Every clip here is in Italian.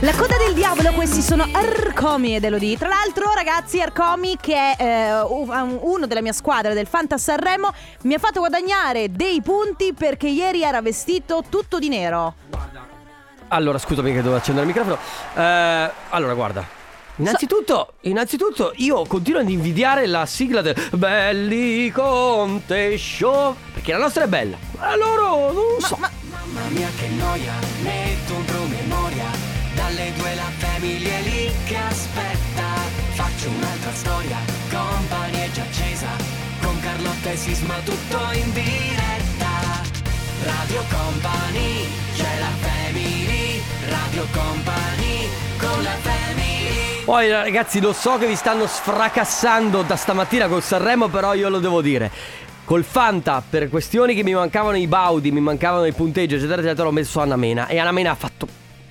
La coda del diavolo, questi sono Arcomi ed Elodie. Tra l'altro, ragazzi, Arcomi, che è uno della mia squadra del Fanta Sanremo, mi ha fatto guadagnare dei punti perché ieri era vestito tutto di nero. Allora, scusami che devo accendere il microfono. Allora, guarda. Innanzitutto, io continuo ad invidiare la sigla del Belli Conte Show, perché la nostra è bella, ma loro non so. Mamma mia che noia, metto un promemoria. Dalle 2 la famiglia è lì che aspetta. Faccio un'altra storia, company è già accesa. Con Carlotta e Sisma tutto in diretta. Radio Company, c'è la family. Radio Company, con la family. Poi ragazzi, lo so che vi stanno sfracassando da stamattina col Sanremo, però io lo devo dire. Col Fanta, per questioni che mi mancavano i baudi, mi mancavano il punteggio, eccetera, eccetera, l'ho messo Anna Mena. E Anna Mena ha fatto...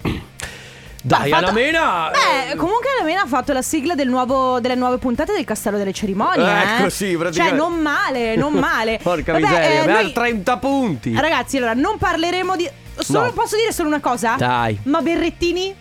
Dai, Anna Mena! Comunque Anna Mena ha fatto la sigla delle nuove puntate del Castello delle Cerimonie. Ecco, sì, praticamente. Cioè, non male. Porca miseria, mi ha 30 punti. Ragazzi, allora, non parleremo di... No. Posso dire solo una cosa? Dai. Ma Berrettini?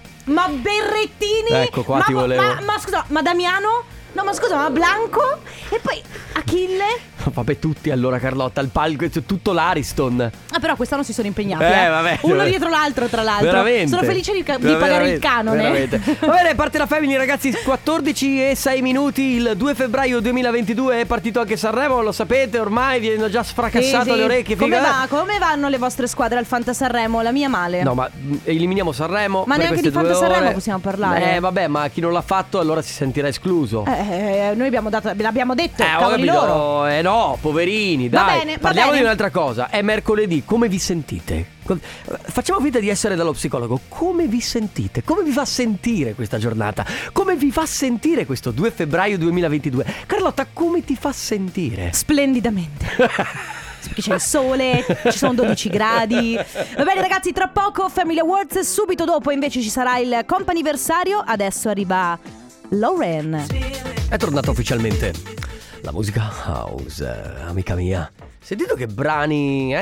Ecco qua ti volevo. Ma scusa, ma Damiano? No, ma scusa, ma Blanco? E poi Achille? Vabbè, tutti allora, Carlotta, al palco, tutto l'Ariston. Ah, però quest'anno si sono impegnati, vabbè, uno dietro l'altro, tra l'altro. Veramente. Sono felice di pagare il canone. Veramente. Va bene, parte la family, ragazzi. 14:06. Il 2 febbraio 2022 è partito anche Sanremo. Lo sapete ormai, vi hanno già sfracassato le orecchie. Come vanno le vostre squadre al Fanta Sanremo? La mia male. No, ma eliminiamo Sanremo. Ma per neanche di Fanta Sanremo possiamo parlare. Vabbè, ma chi non l'ha fatto allora si sentirà escluso. Noi l'abbiamo detto, cavoli loro. No, poverini, dai. Va bene, parliamo bene. di un'altra cosa. È mercoledì, come vi sentite? Facciamo finta di essere dallo psicologo. Come vi sentite? Come vi fa sentire questa giornata? Come vi fa sentire questo 2 febbraio 2022? Carlotta, come ti fa sentire? Splendidamente. Perché c'è il sole, ci sono 12 gradi. Va bene ragazzi, tra poco Family Awards. Subito dopo invece ci sarà il comp'anniversario. Adesso arriva Lauren. È tornata ufficialmente la musica house, amica mia. Sentito che brani,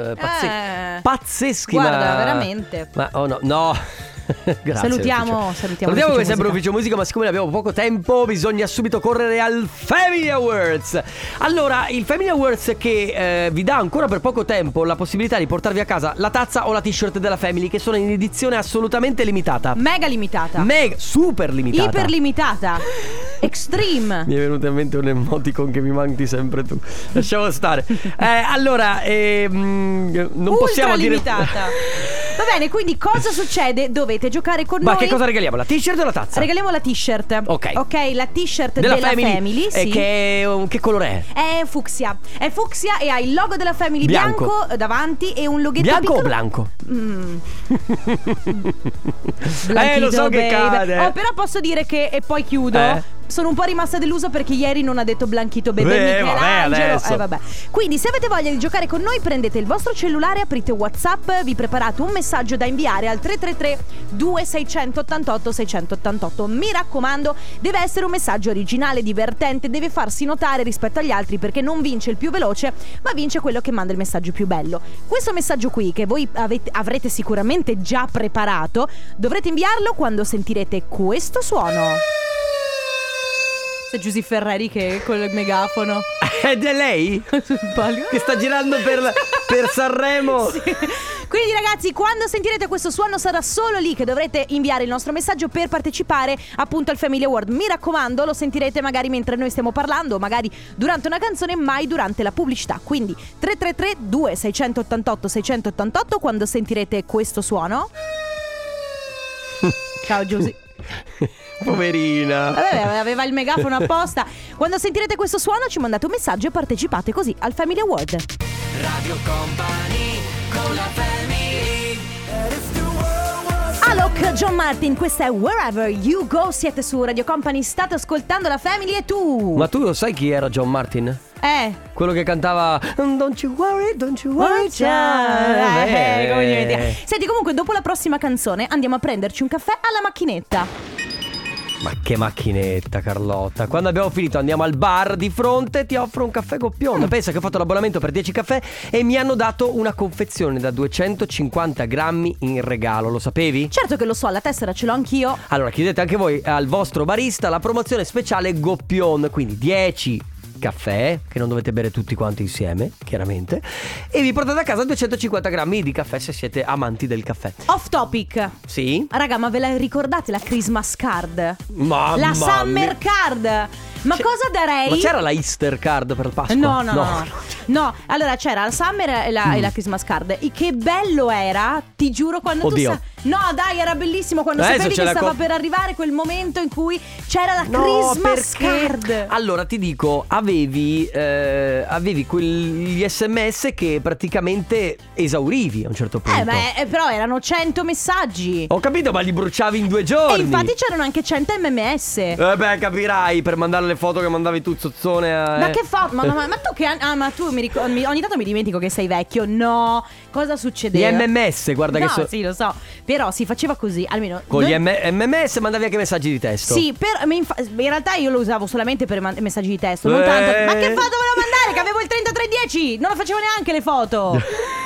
pazzeschi. Guarda, veramente. Ma no. Grazie. Salutiamo che sembra Ufficio Musica, ma siccome abbiamo poco tempo bisogna subito correre al Family Awards. Allora, il Family Awards che vi dà ancora per poco tempo la possibilità di portarvi a casa la tazza o la t-shirt della Family, che sono in edizione assolutamente limitata. Mega limitata. Super limitata. Iper limitata. Extreme. Mi è venuto in mente un emoticon che mi manchi sempre tu. Lasciamo stare. Allora, non ultra possiamo limitata. dire. Va bene, quindi cosa succede? Dovete giocare con noi. Ma che cosa regaliamo? La t-shirt o la tazza? Regaliamo la t-shirt. Ok, la t-shirt della Family sì. Che colore è? È fucsia e ha il logo della Family bianco davanti e un loghetto bianco piccolo. o blanco? Blanchito, lo so che baby. cade. Però posso dire che, e poi chiudo, sono un po' rimasta delusa perché ieri non ha detto Blanchito bebè Michelangelo. Vabbè. Quindi se avete voglia di giocare con noi, prendete il vostro cellulare, aprite WhatsApp, vi preparate un messaggio da inviare al 333 2688 688. Mi raccomando, deve essere un messaggio originale, divertente, deve farsi notare rispetto agli altri, perché non vince il più veloce, ma vince quello che manda il messaggio più bello. Questo messaggio qui, che voi avrete sicuramente già preparato, dovrete inviarlo quando sentirete questo suono. C'è Giusy Ferreri che con il megafono. Ed è lei? Che sta girando per Sanremo. Sì. Quindi ragazzi, quando sentirete questo suono sarà solo lì che dovrete inviare il nostro messaggio per partecipare appunto al Family Award. Mi raccomando, lo sentirete magari mentre noi stiamo parlando, magari durante una canzone, mai durante la pubblicità. Quindi 333 2688 688 quando sentirete questo suono. Ciao Giusy. Poverina. Vabbè, aveva il megafono apposta. Quando sentirete questo suono ci mandate un messaggio e partecipate così al Family Award. Radio Company con la family. Alok, John Martin, questa è Wherever You Go. Siete su Radio Company, state ascoltando la Family. E tu? Ma tu lo sai chi era John Martin? Quello che cantava Don't you worry child. Senti, comunque dopo la prossima canzone andiamo a prenderci un caffè alla macchinetta. Ma che macchinetta, Carlotta. Quando abbiamo finito andiamo al bar di fronte, ti offro un caffè Goppion. Pensa che ho fatto l'abbonamento per 10 caffè e mi hanno dato una confezione da 250 grammi in regalo. Lo sapevi? Certo che lo so, la tessera ce l'ho anch'io. Allora chiedete anche voi al vostro barista la promozione speciale Goppion. Quindi 10 caffè, che non dovete bere tutti quanti insieme, chiaramente, e vi portate a casa 250 grammi di caffè se siete amanti del caffè. Off topic. Sì? Raga, ma ve la ricordate la Christmas card? Mamma La Summer mia. Card. Ma cosa darei? Ma c'era la Easter card per Pasqua? No, allora c'era la Summer e la Christmas card. E che bello era, ti giuro, quando Oddio. tu No, dai, era bellissimo quando Adesso sapevi c'è che la stava per arrivare quel momento in cui c'era la Christmas card. Allora ti dico, avevi quegli SMS che praticamente esaurivi a un certo punto. Però erano 100 messaggi. Ho capito, ma li bruciavi in 2 giorni. E infatti c'erano anche 100 MMS. Beh, capirai, per mandare le foto che mandavi tu, zozzone. Ma che foto? Ma tu che ma tu ogni tanto mi dimentico che sei vecchio. No, cosa succedeva? Gli MMS, guarda che sì, lo so. Però si faceva così, almeno con gli MMS mandavi anche messaggi di testo. Sì, in realtà io lo usavo solamente per messaggi di testo, non tanto. Ma che foto volevo mandare? Che avevo il 3310. Non lo facevo neanche le foto.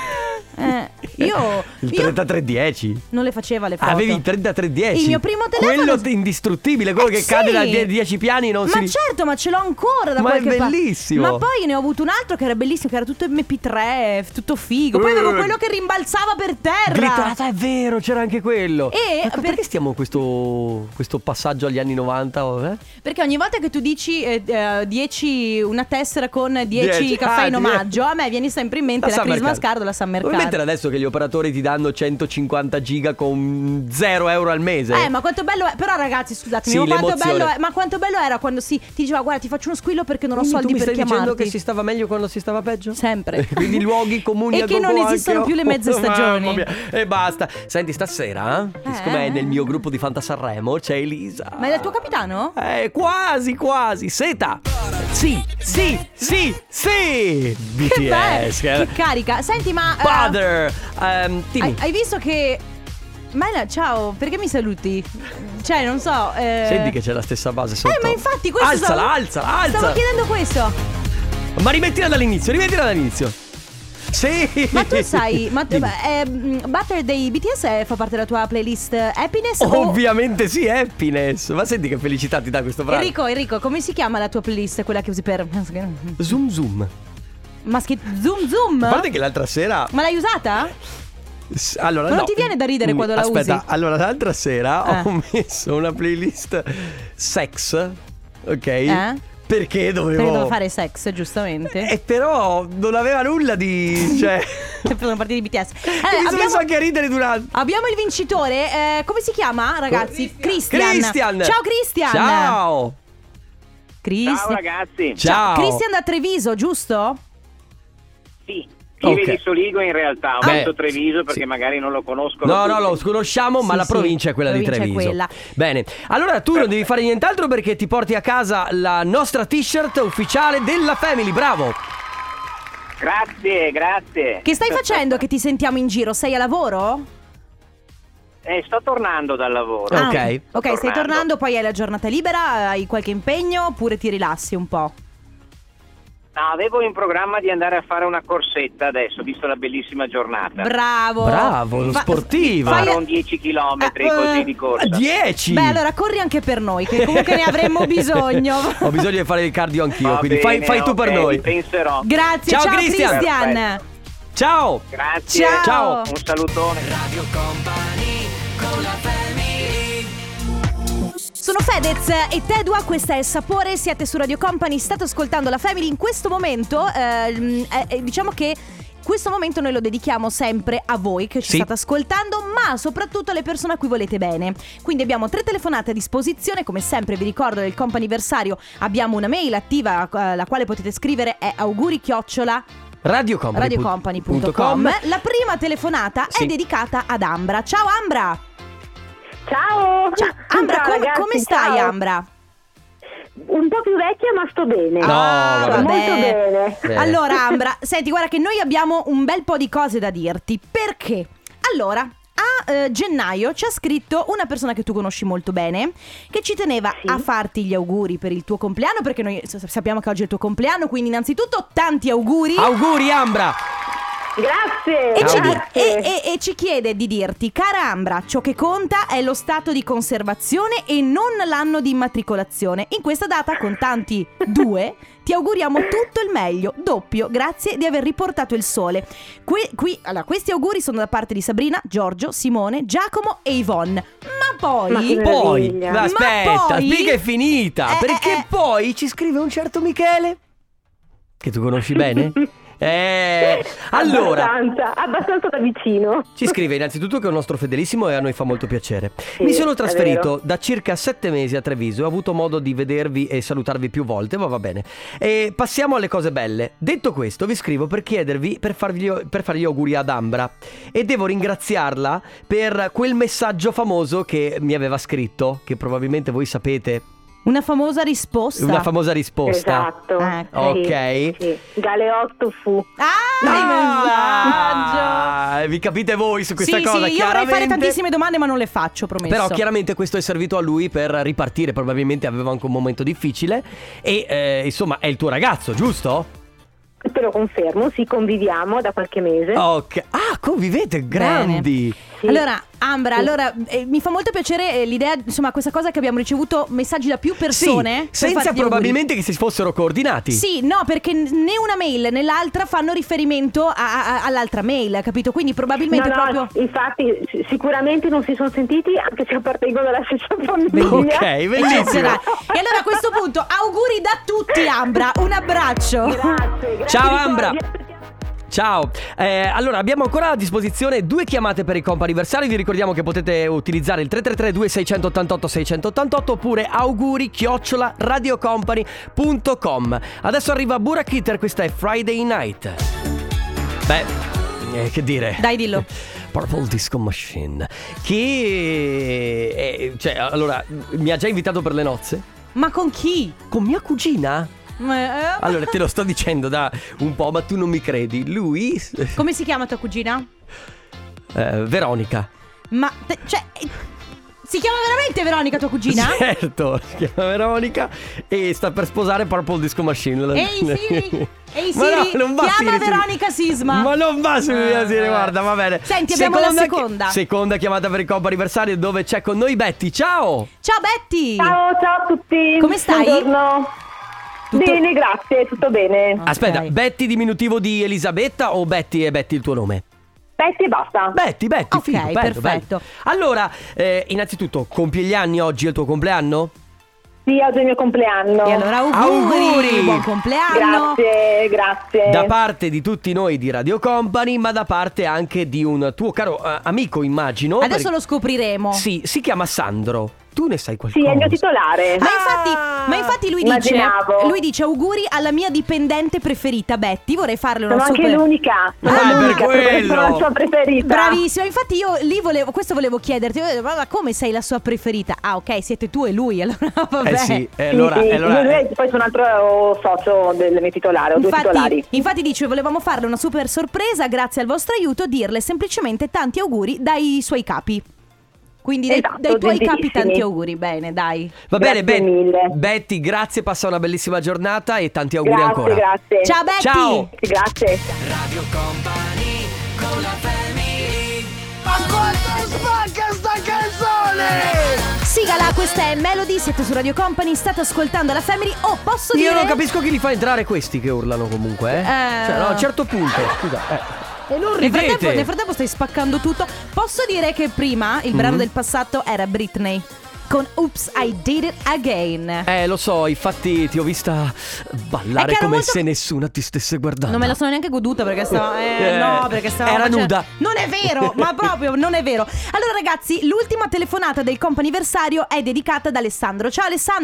Il 3310 non le faceva le foto. Avevi il 3310. Il mio primo telefono, quello indistruttibile, quello che cade da 10 piani. Certo, ma ce l'ho ancora da qualche parte. Ma è bellissimo. Ma poi ne ho avuto un altro che era bellissimo, che era tutto MP3, tutto figo. Poi avevo quello che rimbalzava per terra. Glitterato, è vero, c'era anche quello. Perché stiamo questo passaggio agli anni 90? Perché ogni volta che tu dici 10, una tessera con 10 caffè in omaggio, a me viene sempre in mente la Christmas card o la Summer card. Mettere adesso che gli operatori ti danno 150 giga con 0 euro al mese. Ma quanto bello è. Però ragazzi, scusatemi, ma quanto bello era quando ti diceva: guarda, ti faccio uno squillo perché non ho soldi per chiamarti. Tu mi stai dicendo che si stava meglio quando si stava peggio? Sempre. Quindi luoghi comuni e che non esistono più le mezze stagioni. E basta. Senti, stasera siccome nel mio gruppo di Fanta Sanremo c'è Elisa. Ma è il tuo capitano? Quasi Seta. Sì BTS. Che carica. Senti, ma Father, hai visto che ciao, perché mi saluti? Cioè, non so. Senti che c'è la stessa base sotto. Ma infatti questo alzala. Stavo chiedendo questo. Ma rimettila dall'inizio. Sì. Ma tu sai, Butter dei BTS fa parte della tua playlist Happiness? Ovviamente sì, Happiness. Ma senti che felicità ti dà questo brano. Enrico, come si chiama la tua playlist? Quella che usi per Zoom. Ma Zoom? A parte che l'altra sera. Ma l'hai usata? Allora, ma non ti viene da ridere quando la usi? Aspetta, allora l'altra sera ho messo una playlist sex, ok? Perché dovevo fare sex, giustamente. E però non aveva nulla di sono partiti di BTS. Mi sono messo anche a ridere durante. Abbiamo il vincitore. Come si chiama, ragazzi? Cristian. Ciao Cristian. Ciao ragazzi. Ciao. Cristian da Treviso, giusto? Sì. Vive di Soligo in realtà, ho detto Treviso perché magari non lo conosco. No, lo conosciamo, ma la provincia è quella di Treviso. Quella. Bene, allora tu non devi fare nient'altro perché ti porti a casa la nostra t-shirt ufficiale della Family, bravo. Grazie. Che stai facendo che ti sentiamo in giro? Sei a lavoro? Sto tornando dal lavoro. Ok, stai tornando, poi hai la giornata libera, hai qualche impegno oppure ti rilassi un po'? No, avevo in programma di andare a fare una corsetta adesso, visto la bellissima giornata. Bravo, lo sportivo. Farò un 10 chilometri così di corsa. 10? Beh, allora corri anche per noi, che comunque ne avremmo bisogno. Ho bisogno di fare il cardio anch'io, quindi bene, fai tu per noi. Penserò. Grazie, ciao Cristian. Ciao. Grazie. Ciao. Un salutone. Radio Company con la Family. Sono Fedez e Tedua, questa è Sapore, siete su Radio Company, state ascoltando la Family in questo momento, diciamo che questo momento noi lo dedichiamo sempre a voi che ci state ascoltando, ma soprattutto alle persone a cui volete bene. Quindi abbiamo 3 telefonate a disposizione, come sempre vi ricordo del comp'anniversario abbiamo una mail attiva la quale potete scrivere, è auguri@radiocompany.com. La prima telefonata è dedicata ad Ambra. Ciao Ambra. Ciao Ambra, ragazzi, come stai Ambra? Un po' più vecchia ma sto bene. Molto bene. Allora Ambra, senti, guarda che noi abbiamo un bel po' di cose da dirti. Perché? Allora, gennaio ci ha scritto una persona che tu conosci molto bene, che ci teneva a farti gli auguri per il tuo compleanno, perché noi sappiamo che oggi è il tuo compleanno, quindi innanzitutto tanti auguri. Auguri Ambra. Grazie. E ci chiede di dirti: cara Ambra, ciò che conta è lo stato di conservazione e non l'anno di immatricolazione. In questa data, con tanti 2, ti auguriamo tutto il meglio, doppio. Grazie di aver riportato il sole. Allora, questi auguri sono da parte di Sabrina, Giorgio, Simone, Giacomo e Yvonne. Ma poi aspetta, spiega è finita. Perché poi ci scrive un certo Michele, che tu conosci bene. Allora, abbastanza da vicino. ci scrive innanzitutto che è un nostro fedelissimo e a noi fa molto piacere. Mi sono trasferito da circa 7 mesi a Treviso e ho avuto modo di vedervi e salutarvi più volte, ma va bene. E passiamo alle cose belle. Detto questo, vi scrivo per chiedervi, per fargli auguri ad Ambra, e devo ringraziarla per quel messaggio famoso che mi aveva scritto, che probabilmente voi sapete. Una famosa risposta. Esatto. Ok. Sì. Galeotto fu. Messaggio. Vi capite voi su questa cosa? Sì, io vorrei fare tantissime domande, ma non le faccio, promesso. Però chiaramente questo è servito a lui per ripartire. Probabilmente aveva anche un momento difficile. E insomma è il tuo ragazzo, giusto? Te lo confermo, sì, conviviamo da qualche mese. Ok. Ah, convivete, grandi. Sì. Allora, Ambra, mi fa molto piacere l'idea, insomma, questa cosa che abbiamo ricevuto messaggi da più persone. Sì, senza probabilmente che si fossero coordinati. Sì, no, perché né una mail né l'altra fanno riferimento all'altra mail, capito? Quindi probabilmente no, infatti sicuramente non si sono sentiti, anche se appartengono alla stessa famiglia. Ok, bellissimo. E allora a questo punto auguri da tutti, Ambra, un abbraccio. Grazie. Ciao Ambra. Ciao, allora abbiamo ancora a disposizione 2 chiamate per il comp'anniversario. Vi ricordiamo che potete utilizzare il 333-2688-688 oppure auguri@radiocompany.com. Adesso arriva Burak Hitter, questa è Friday Night. Beh, che dire. Dai, dillo. Purple Disco Machine, che allora mi ha già invitato per le nozze. Ma con chi? Con mia cugina. Allora te lo sto dicendo da un po', ma tu non mi credi. Lui Come si chiama tua cugina? Veronica. Ma si chiama veramente Veronica tua cugina? Certo, si chiama Veronica e sta per sposare Purple Disco Machine. Ehi Siri, no, chiama Veronica Sisma. Ma non va su mia Siri, guarda, va bene. Senti, abbiamo la seconda chiamata per il comp'anniversario, dove c'è con noi Betty. Ciao. Ciao Betty. Ciao a tutti. Come stai? Buongiorno. Bene, grazie, tutto bene. Okay. Aspetta, Betty diminutivo di Elisabetta o Betty è Betty il tuo nome? Betty e basta. Betty, ok, figo, bello, perfetto. Bello. Allora, innanzitutto, compi gli anni oggi, è il tuo compleanno? Sì, oggi è il mio compleanno. E allora auguri. Buon compleanno. Grazie. Da parte di tutti noi di Radio Company, ma da parte anche di un tuo caro amico, immagino. Adesso lo scopriremo. Sì, si chiama Sandro. Tu ne sai qualcosa? Sì, è il mio titolare. Ma infatti lui dice auguri alla mia dipendente preferita Betty. Vorrei farle una Sono super... anche l'unica. per quello. Sono la sua preferita. Bravissima. Infatti io lì volevo chiederti, ma come sei la sua preferita? Ah, ok, siete tu e lui. Allora vabbè. Sì, Sì, allora. poi sono un altro socio del mio titolare. Ho 2 titolari. Infatti dice, volevamo farle una super sorpresa. Grazie al vostro aiuto, dirle semplicemente tanti auguri dai suoi capi. Quindi dai tuoi capi tanti auguri. Bene, dai. Va bene, mille. Betty, grazie, passa una bellissima giornata e tanti auguri ancora. Grazie. Ciao Betty. Ciao. Grazie. Radio Company con la family. Ma quanto spacca sta canzone! Sigala, questa è Melody, siete su Radio Company, state ascoltando la Family. Oh, posso dire? Io non capisco chi li fa entrare questi che urlano comunque, Cioè, no, a un certo punto, scusa, e non ridete. Nel frattempo stai spaccando tutto. Posso dire che prima il brano del passato era Britney con Oops, I Did It Again. Lo so, infatti ti ho vista ballare come se nessuna ti stesse guardando. Non me la sono neanche goduta perché stavo era nuda. Non è vero, ma proprio non è vero. Allora ragazzi, l'ultima telefonata del comp'anniversario è dedicata ad Alessandro. Ciao Alessandro.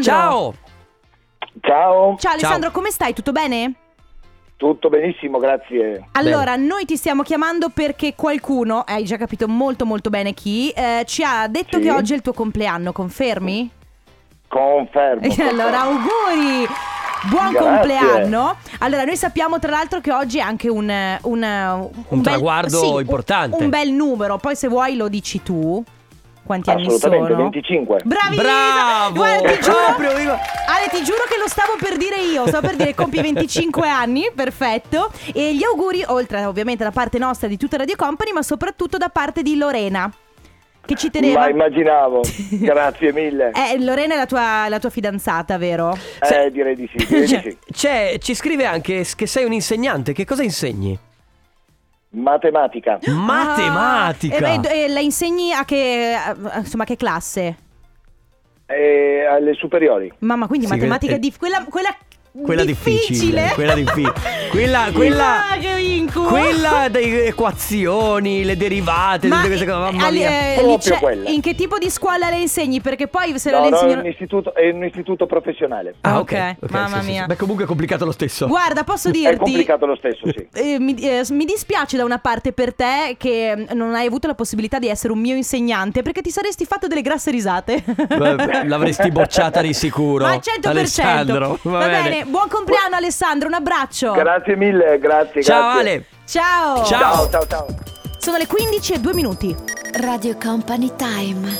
Ciao. Ciao Alessandro, come stai? Tutto bene? Tutto benissimo, grazie. Allora, noi ti stiamo chiamando perché qualcuno, hai già capito molto molto bene chi, ci ha detto che oggi è il tuo compleanno, confermi? Confermo. Allora, auguri! Buon Grazie. compleanno. Allora, noi sappiamo tra l'altro che oggi è anche un traguardo importante. Un bel numero. Poi se vuoi lo dici tu. Quanti anni Assolutamente, sono? 25. Bravissima! Bravo! Guarda, ti giuro, Proprio, Ale, ti giuro che lo stavo per dire io. Stavo per dire compi 25 anni. Perfetto. E gli auguri, oltre ovviamente da parte nostra di tutta Radio Company, ma soprattutto da parte di Lorena, che ci teneva. Ma immaginavo. Grazie mille. Lorena è la tua fidanzata, vero? Direi di sì. Ci scrive anche che sei un insegnante. Che cosa insegni? Matematica. Matematica. E la insegni a che classe? Alle superiori. Mamma, quindi Sì, matematica quella difficile. Quella che incubo. Quella delle equazioni, le derivate, tutte queste cose. Mamma mia. Proprio quella. In che tipo di scuola le insegni? Perché poi se No, le insegni... è un istituto professionale. Ah, ok. Mamma sì. mia. Beh, comunque è complicato lo stesso. Guarda, posso dirti, È complicato lo stesso, sì. mi dispiace da una parte per te che non hai avuto la possibilità di essere un mio insegnante, perché ti saresti fatto delle grasse risate. L'avresti bocciata di sicuro. Ma 100%. Alessandro. Va bene. Buon compleanno Alessandro, un abbraccio. Grazie mille, grazie. Ciao grazie. Ale. Ciao. Ciao. Sono le 15:02. Radio Company Time.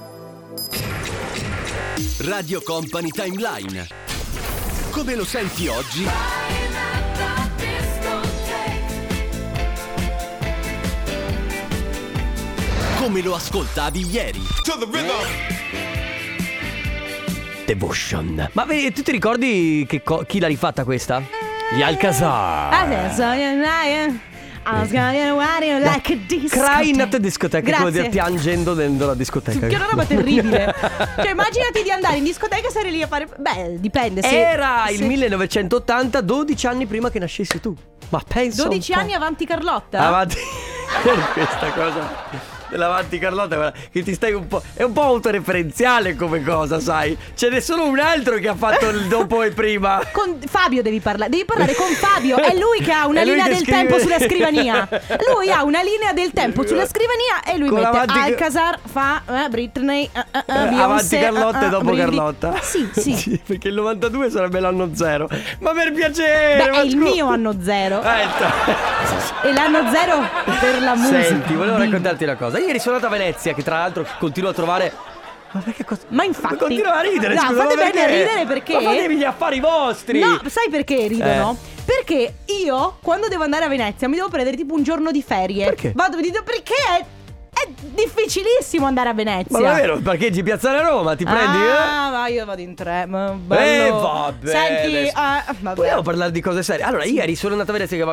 Radio Company Timeline. Come lo senti oggi? Come lo ascoltavi ieri? Devotion. Ma tu ti ricordi chi l'ha rifatta questa? Gli Alcazar. Crying at the discoteca. Come dire piangendo dentro la discoteca. Che una roba terribile. Cioè immaginati di andare in discoteca e stare lì a fare... Beh, dipende. Era il 1980, 12 anni prima che nascessi tu. Ma pensa 12 un po'. anni avanti Carlotta. Avanti. Per questa cosa dell'avanti Carlotta, guarda, che ti stai un po'. È un po' autoreferenziale come cosa, sai. Ce n'è solo un altro che ha fatto il dopo e prima. Con Fabio devi parlare con Fabio. È lui che ha una linea del tempo sulla scrivania. Lui ha una linea del tempo sulla scrivania e lui con mette Alcazar fa Britney, avanti Carlotta e dopo Brividi. Carlotta. Sì. Perché il 92 sarebbe l'anno zero. Ma per piacere. Beh, è il mio anno zero. E l'anno zero per la musica. Senti, volevo raccontarti una cosa. Ieri sono andato a Venezia, che tra l'altro continuo a trovare. Ma perché cosa? Ma infatti continuo a ridere, no, scusa, fate bene perché? a ridere perché Ma fatevi gli affari vostri. No, sai perché ridono? Perché io quando devo andare a Venezia mi devo prendere tipo un giorno di ferie. Perché? Vado perché è difficilissimo andare a Venezia. Ma davvero? Parcheggi Piazzale Roma, ti prendi? Ma io vado in tre. Bello. Vabbè. Senti, vabbè. Vogliamo parlare di cose serie. Allora, ieri sono andato a Venezia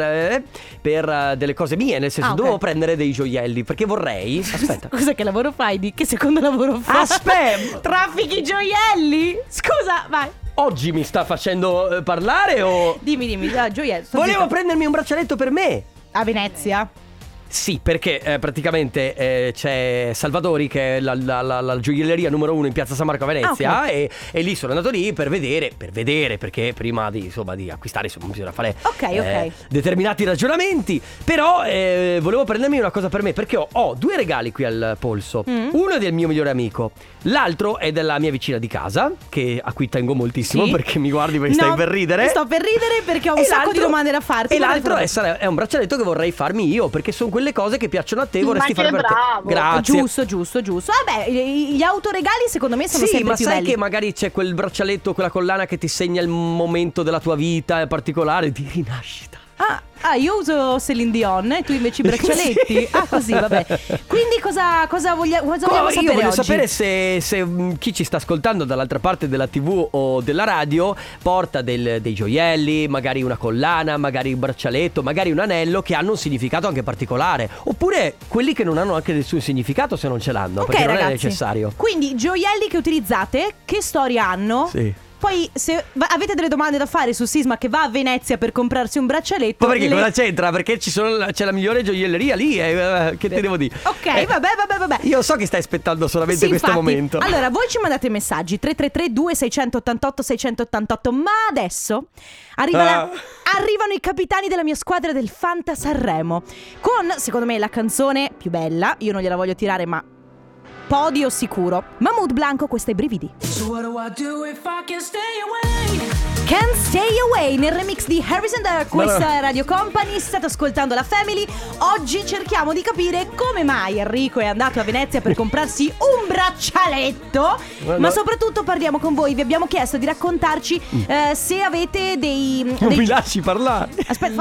per delle cose mie, nel senso dovevo prendere dei gioielli, perché vorrei. Aspetta. Scusa, che lavoro fai? Che secondo lavoro fai? Aspetta. Traffichi gioielli? Scusa, vai. Oggi mi sta facendo parlare o. Dimmi, gioielli. Volevo prendermi un braccialetto per me. A Venezia? Sì, perché praticamente c'è Salvadori, che è la gioielleria numero 1 in Piazza San Marco a Venezia, e lì sono andato lì per vedere, perché prima di acquistare bisogna fare determinati ragionamenti. Però volevo prendermi una cosa per me, perché ho due regali qui al polso. Uno è del mio migliore amico, l'altro è della mia vicina di casa, a cui tengo moltissimo, perché mi guardi perché stai per ridere. Sto per ridere perché ho un sacco di domande da farti. E l'altro è un braccialetto che vorrei farmi io, perché sono quelle cose che piacciono a te, vorresti fare per te. Grazie. Giusto. Vabbè, gli autoregali secondo me sono sempre più belli. Ma sai che magari c'è quel braccialetto, quella collana che ti segna il momento della tua vita particolare di rinascita. Io uso Celine Dion e tu invece i braccialetti. Sì. Così, vabbè. Quindi cosa vogliamo sapere io voglio oggi? sapere se chi ci sta ascoltando dall'altra parte della TV o della radio porta dei gioielli, magari una collana, magari un braccialetto, magari un anello che hanno un significato anche particolare, oppure quelli che non hanno anche nessun significato se non ce l'hanno, perché ragazzi, non è necessario. Quindi gioielli che utilizzate, che storia hanno? Sì. Poi se avete delle domande da fare su Sisma che va a Venezia per comprarsi un braccialetto. Ma perché cosa c'entra? Perché c'è la migliore gioielleria lì, che ti devo dire? Ok, vabbè. Io so che stai aspettando solamente questo momento. Allora, voi ci mandate messaggi 333-2688-688. Ma adesso arrivano i capitani della mia squadra del Fanta Sanremo, con, secondo me, la canzone più bella. Io non gliela voglio tirare, ma podio sicuro. Mahmood Blanco, questo è Brividi. So what do I do if I can stay away? Can't Stay Away nel remix di Harrison Dark. Questa è Radio Company, state ascoltando la Family. Oggi cerchiamo di capire come mai Enrico è andato a Venezia per comprarsi un braccialetto. Ma soprattutto parliamo con voi. Vi abbiamo chiesto di raccontarci se avete dei mi lasci parlare. Aspetta,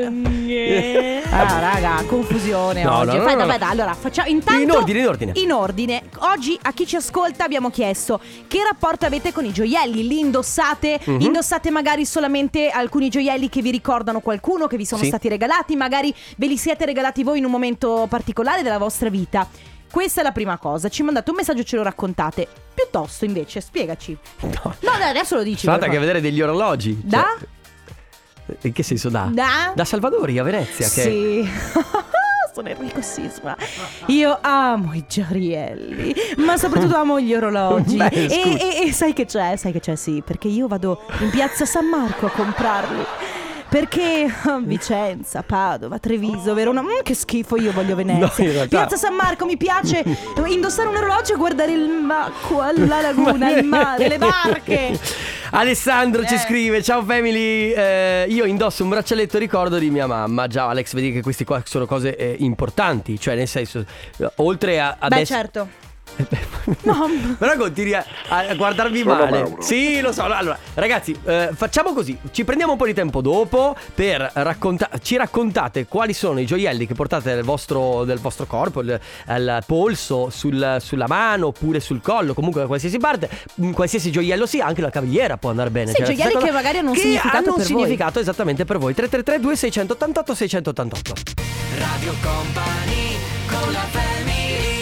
raga, confusione oggi. Aspetta, allora facciamo intanto in ordine. Oggi a chi ci ascolta abbiamo chiesto che rapporto avete con i gioielli. Li indossate? Indossate magari solamente alcuni gioielli che vi ricordano qualcuno, che vi sono stati regalati. Magari ve li siete regalati voi in un momento particolare della vostra vita. Questa è la prima cosa. Ci mandate un messaggio e ce lo raccontate. Piuttosto invece spiegaci. No, adesso lo dici. Fate anche vedere degli orologi. Da? In che senso da? Da Salvadori a Venezia. Sì. Sono Enricosissima. Io amo i gioielli, ma soprattutto amo gli orologi. E sai che c'è? Sì, perché io vado in piazza San Marco a comprarli. Perché Vicenza, Padova, Treviso, Verona, che schifo, io voglio Venezia. No, Piazza San Marco mi piace indossare un orologio e guardare l'acqua, la laguna, il mare, le barche. Alessandro ci scrive: ciao family, io indosso un braccialetto ricordo di mia mamma. Già Alex, vedi che questi qua sono cose importanti. Cioè nel senso, oltre a adesso... certo. No. Però continui a guardarmi male. Sì, lo so. Allora, ragazzi, facciamo così. Ci prendiamo un po' di tempo dopo per ci raccontate quali sono i gioielli che portate del vostro corpo, al polso, sulla mano, oppure sul collo, comunque da qualsiasi parte. Qualsiasi gioiello sia, anche la cavigliera può andare bene. Sì, gioielli che magari hanno un significato per significato voi. Esattamente per voi. 333 2688 688. Radio Company con la Family.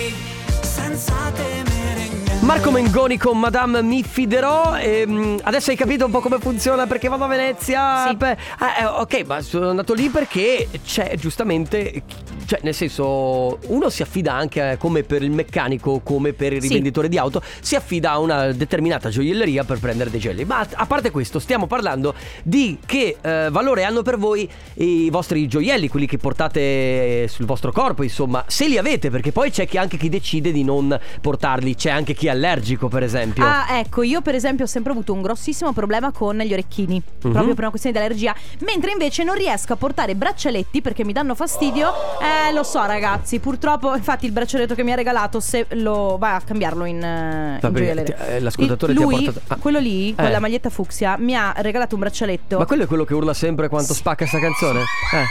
Marco Mengoni con Madame mi fiderò. Adesso hai capito un po' come funziona, perché vado a Venezia. Sì. Ok, ma sono andato lì perché c'è giustamente, cioè nel senso, uno si affida anche, come per il meccanico, come per il rivenditore di auto, si affida a una determinata gioielleria per prendere dei gioielli. Ma a parte questo, stiamo parlando di che valore hanno per voi i vostri gioielli, quelli che portate sul vostro corpo, insomma, se li avete, perché poi c'è anche chi decide di non portarli. C'è anche chi è allergico, per esempio. Ecco, io per esempio ho sempre avuto un grossissimo problema con gli orecchini, proprio per una questione di allergia. Mentre invece non riesco a portare braccialetti perché mi danno fastidio. Lo so ragazzi, purtroppo. Infatti il braccialetto che mi ha regalato, se lo vai a cambiarlo in gioielliere, l'ascoltatore lui, ti ha portato quello lì con la maglietta fucsia mi ha regalato un braccialetto. Ma quello è quello che urla sempre quanto spacca sta canzone?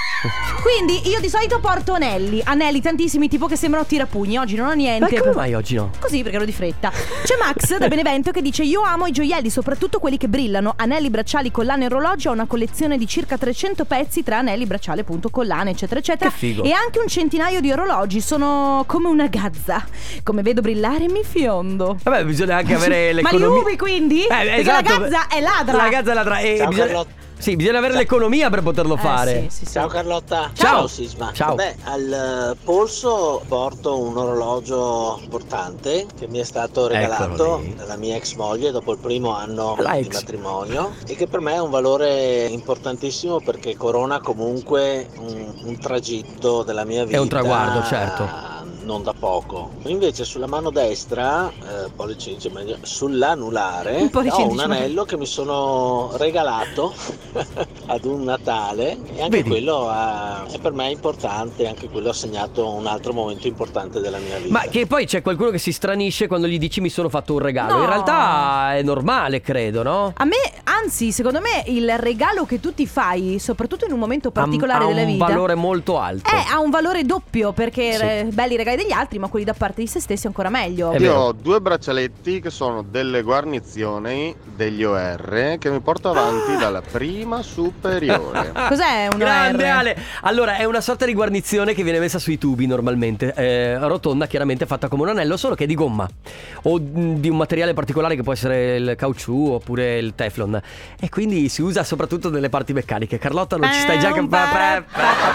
Quindi io di solito porto anelli tantissimi, tipo che sembrano tirapugni. Oggi non ho niente. Ma come mai oggi no? Così, perché ero di fretta. C'è Max da Benevento che dice: io amo i gioielli, soprattutto quelli che brillano. Anelli, bracciali, collane e orologi. Ho una collezione di circa 300 pezzi tra anelli, bracciali, appunto, collane, eccetera eccetera. Che figo. E anche un centinaio di orologi. Sono come una gazza. Come vedo brillare mi fiondo. Vabbè, bisogna anche avere l'economia. Ma li rubi quindi? Perché esatto. la gazza è ladra. La gazza è ladra. Bisogna avere l'economia per poterlo fare. Sì. Ciao Carlotta. Ciao Sisma. Ciao. Beh, al polso porto un orologio importante che mi è stato regalato dalla mia ex moglie dopo il primo anno di matrimonio, e che per me è un valore importantissimo, perché corona comunque un tragitto della mia vita. È un traguardo, certo. Non da poco. Invece sulla mano destra, pollice indice medio, sull'anulare, ho un anello che mi sono regalato ad un Natale, e anche quello è per me importante, anche quello ha segnato un altro momento importante della mia vita. Ma che poi c'è qualcuno che si stranisce quando gli dici mi sono fatto un regalo. No. In realtà è normale, credo, no? A me, anzi, secondo me il regalo che tu ti fai, soprattutto in un momento particolare della vita, ha un valore molto alto. Ha un valore doppio, perché belli regali degli altri, ma quelli da parte di se stessi ancora meglio. Io ho 2 braccialetti che sono delle guarnizioni degli OR che mi porto avanti dalla prima superiore. Cos'è un Grande OR? Ale. Allora, è una sorta di guarnizione che viene messa sui tubi normalmente, rotonda, chiaramente fatta come un anello, solo che è di gomma o di un materiale particolare che può essere il caucciù oppure il teflon, e quindi si usa soprattutto nelle parti meccaniche. Carlotta, non ci stai già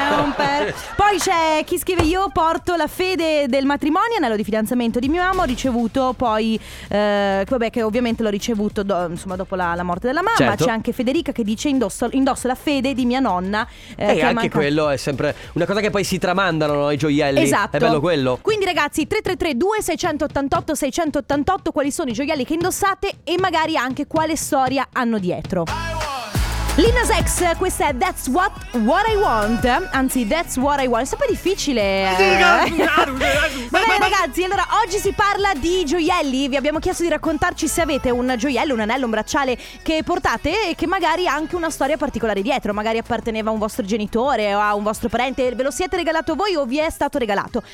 Poi c'è chi scrive: io porto la fede del matrimonio, anello di fidanzamento di mia mamma. Ho ricevuto poi vabbè, che ovviamente l'ho ricevuto insomma dopo la morte della mamma. Certo. C'è anche Federica che dice: indosso la fede di mia nonna. E anche quello è sempre una cosa che poi si tramandano, no? I gioielli. Esatto. È bello quello. Quindi ragazzi, 333-2688-688, quali sono i gioielli che indossate e magari anche quale storia hanno dietro. Lil Nas X, questa è That's What I Want. Anzi, That's What I Want. È sempre difficile. Va bene ragazzi, allora oggi si parla di gioielli. Vi abbiamo chiesto di raccontarci se avete un gioiello, un anello, un bracciale che portate e che magari ha anche una storia particolare dietro. Magari apparteneva a un vostro genitore o a un vostro parente. Ve lo siete regalato voi o vi è stato regalato?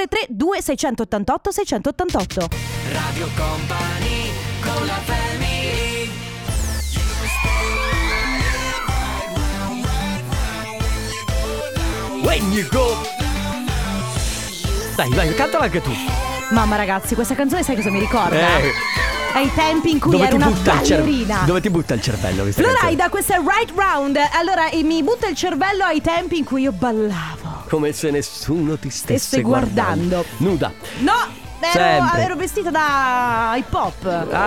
333-2688-688. Radio Company con la family. When you go. Dai, cantala anche tu. Mamma ragazzi, questa canzone sai cosa mi ricorda? Ai tempi in cui dove ero una ballerina. Dove ti butta il cervello? Florida, questa è Right Round. Allora, mi butta il cervello ai tempi in cui io ballavo. Come se nessuno ti stesse guardando. Nuda. No! Ero vestita da hip hop.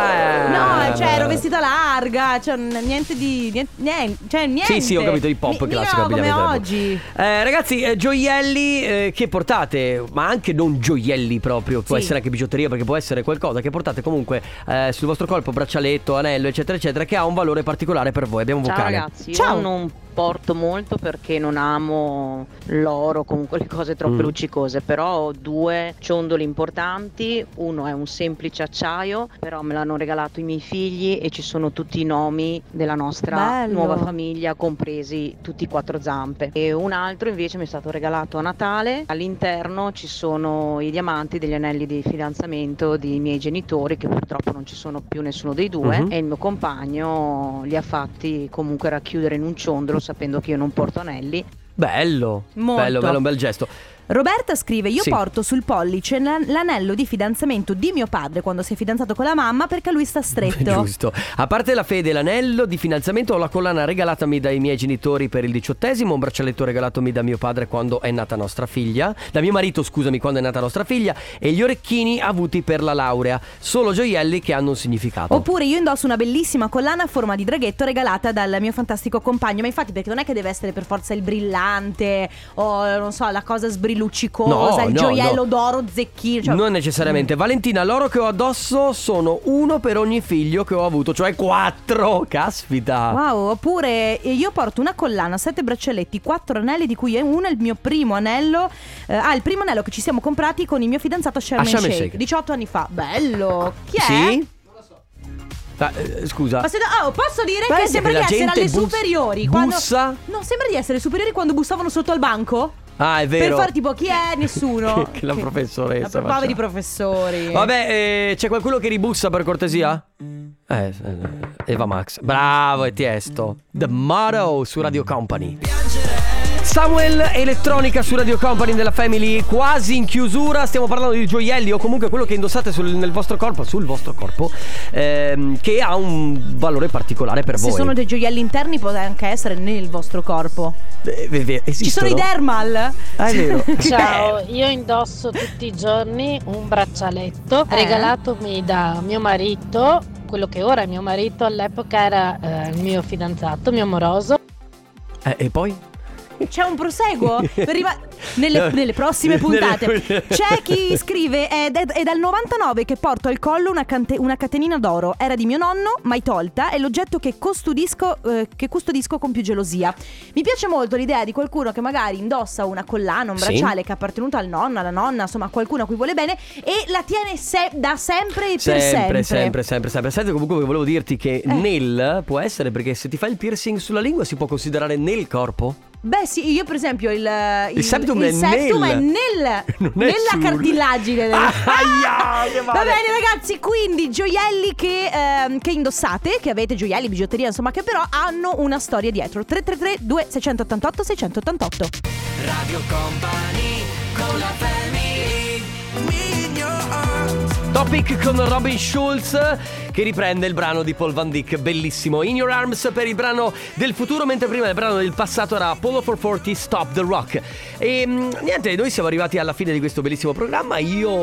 No, cioè ero vestita larga. Cioè niente di niente. Sì, ho capito, hip hop classico come oggi. Ragazzi, gioielli che portate, ma anche non gioielli proprio. Può essere anche bigiotteria, perché può essere qualcosa che portate comunque sul vostro corpo, braccialetto, anello, eccetera, eccetera, che ha un valore particolare per voi. Abbiamo un vocale. Ciao ragazzi, io non porto molto perché non amo l'oro, comunque le cose troppo luccicose, però ho due ciondoli importanti. Uno è un semplice acciaio, però me l'hanno regalato i miei figli e ci sono tutti i nomi della nostra nuova famiglia, compresi tutti i quattro zampe. E un altro invece mi è stato regalato a Natale. All'interno ci sono i diamanti degli anelli di fidanzamento dei miei genitori, che purtroppo non ci sono più nessuno dei due, e il mio compagno li ha fatti comunque racchiudere in un ciondolo, sapendo che io non porto anelli. Bello, bello, un bel gesto. Roberta scrive: io porto sul pollice l'anello di fidanzamento di mio padre quando si è fidanzato con la mamma, perché lui sta stretto. Giusto. A parte la fede, l'anello di fidanzamento, ho la collana regalatami dai miei genitori per il 18°, un braccialetto regalatomi da mio padre quando è nata nostra figlia, da mio marito scusami, quando è nata nostra figlia, e gli orecchini avuti per la laurea. Solo gioielli che hanno un significato. Oppure io indosso una bellissima collana a forma di draghetto regalata dal mio fantastico compagno. Ma infatti, perché non è che deve essere per forza il brillante o non so, la cosa luccicosa, il gioiello d'oro zecchino, cioè... Non necessariamente. Valentina, l'oro che ho addosso sono uno per ogni figlio che ho avuto, cioè 4. Caspita. Wow. Oppure io porto una collana, 7 braccialetti, 4 anelli, di cui uno è il mio primo anello. Il primo anello che ci siamo comprati con il mio fidanzato a Sharm el Sheikh 18 anni fa. Bello. Chi è? Sì? Scusa. Ma posso dire che sembra di essere alle superiori bussa? No, sembra di essere superiori quando bussavano sotto al banco. Ah, è vero. Per fare tipo chi è? Nessuno. La professoressa. Poveri professori. Vabbè, c'è qualcuno che ribussa per cortesia? Eva Max. Bravo, e Tiesto. The Motto su Radio Company. Samuel, elettronica su Radio Company della Family, quasi in chiusura. Stiamo parlando di gioielli o comunque quello che indossate sul vostro corpo, che ha un valore particolare per voi. Se sono dei gioielli interni, può anche essere nel vostro corpo. Ci sono i dermal. È vero. Ciao, io indosso tutti i giorni un braccialetto regalatomi da mio marito, quello che ora è mio marito, all'epoca era il mio fidanzato, mio amoroso. E poi? C'è un proseguo nelle prossime puntate. C'è chi scrive: è dal 99 che porto al collo una catenina d'oro. Era di mio nonno, mai tolta. È l'oggetto che custodisco con più gelosia. Mi piace molto l'idea di qualcuno che magari indossa una collana, un bracciale che è appartenuto al nonno, alla nonna, insomma qualcuno a cui vuole bene, e la tiene da sempre e per sempre. Sempre. Comunque volevo dirti che nel può essere, perché se ti fai il piercing sulla lingua si può considerare nel corpo. Beh sì, io per esempio il septum è nella cartilagine Va bene ragazzi, quindi gioielli che indossate, che avete gioielli, bigiotteria, insomma, che però hanno una storia dietro. 333-2688-688. Radio Company con la family. Topic con Robin Schulz, che riprende il brano di Paul Van Dyk, bellissimo. In Your Arms per il brano del futuro, mentre prima il brano del passato era Apollo 440 Stop the Rock. E niente, noi siamo arrivati alla fine di questo bellissimo programma.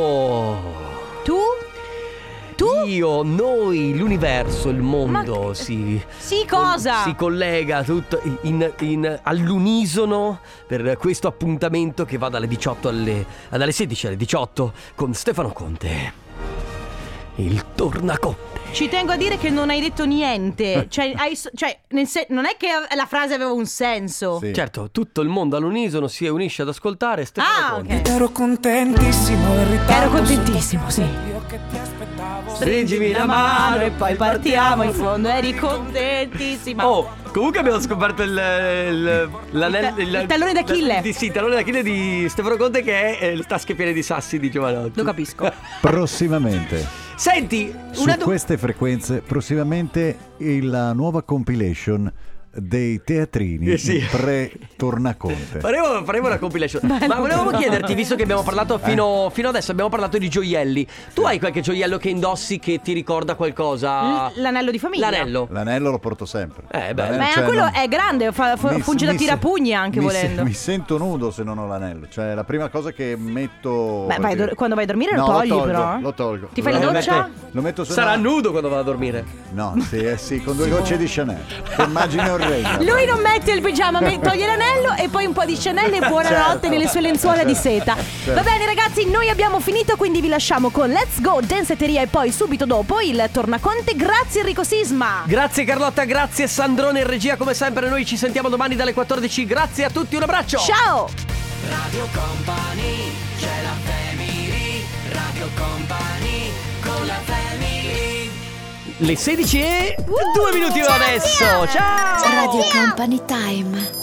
Noi, l'universo, il mondo si collega tutto all'unisono per questo appuntamento che va dalle 18 dalle 16 alle 18 con Stefano Conte, il Tornaconte. Ci tengo a dire che non hai detto niente. Non è che la frase aveva un senso. Sì. Certo, tutto il mondo all'unisono si unisce ad ascoltare Stefano Conte. Okay. Ero contentissimo, sì. Stringimi la mano e poi partiamo. In fondo eri contentissima. Comunque abbiamo scoperto il tallone d'Achille. Sì, il tallone d'Achille di Stefano Conte, che è le tasche piene di sassi di Giovanotti. Lo capisco. Prossimamente. Senti, su queste frequenze, prossimamente la nuova compilation dei teatrini pre-Tornaconte. Faremo una compilation. Ma volevamo chiederti, visto che abbiamo parlato fino adesso, abbiamo parlato di gioielli. Tu hai qualche gioiello che indossi che ti ricorda qualcosa? L'anello di famiglia. L'anello lo porto sempre. Quello è grande, funge da tirapugni anche volendo. Mi sento nudo se non ho l'anello. Cioè la prima cosa che metto. Quando vai a dormire lo togli, però. Lo tolgo. Ti fai la doccia? Lo metto Sarà nudo quando va a dormire. No, sì, con 2 gocce di Chanel. Immagini orrenda. Lui non mette il pigiama, toglie l'anello e poi un po' di Chanel e buonanotte nelle sue lenzuola di seta. Va bene ragazzi, noi abbiamo finito, quindi vi lasciamo con Let's Go Danceteria e poi subito dopo il Tornaconte. Grazie Enrico Sisma. Grazie Carlotta, grazie Sandrone in regia, come sempre noi ci sentiamo domani dalle 14. Grazie a tutti, un abbraccio. Ciao. Radio Company, c'è la family. Radio Company, con la family. Le 16 e 2 minuti adesso. Ciao. Radio Company Time.